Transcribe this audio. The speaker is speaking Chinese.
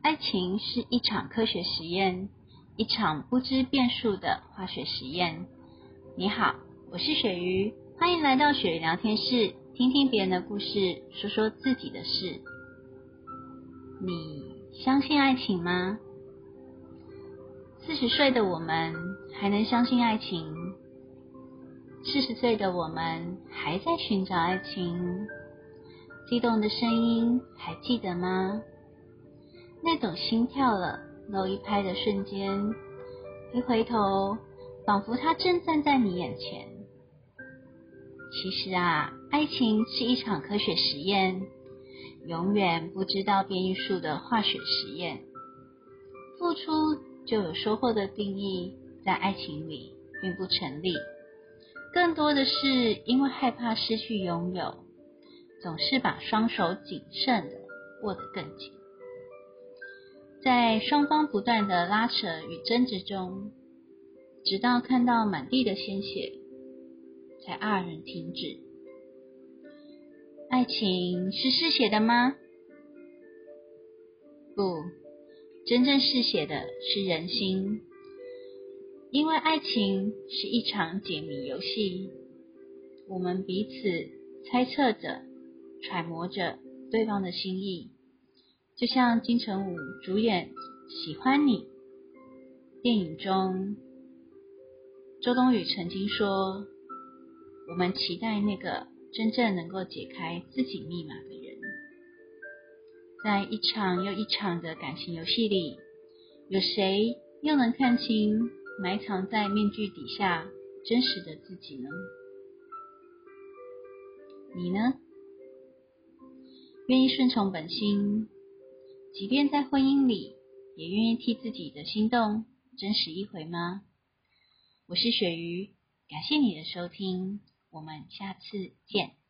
爱情是一场科学实验，一场不知变数的化学实验。你好，我是雪鱼，欢迎来到雪鱼聊天室，听听别人的故事，说说自己的事。你相信爱情吗？40岁的我们还能相信爱情？40岁的我们还在寻找爱情，激动的声音还记得吗？那种心跳了漏一拍的瞬间，一回头，仿佛他正站在你眼前。其实爱情是一场科学实验，永远不知道变异数的化学实验。付出就有收获的定义，在爱情里并不成立。更多的是因为害怕失去拥有，总是把双手谨慎地握得更紧。在双方不断的拉扯与争执中，直到看到满地的鲜血，才黯然停止。爱情是嗜血的吗？不，真正嗜血的是人心。因为爱情是一场解谜游戏，我们彼此猜测着、揣摩着对方的心意，就像金城武主演《喜欢你》电影中，周冬雨曾经说，我们期待那个真正能够解开自己密码的人。在一场又一场的感情游戏里，有谁又能看清埋藏在面具底下真实的自己呢？你呢？愿意顺从本心，即便在婚姻里，也愿意替自己的心动真实一回吗？我是雪鱼，感谢你的收听，我们下次见。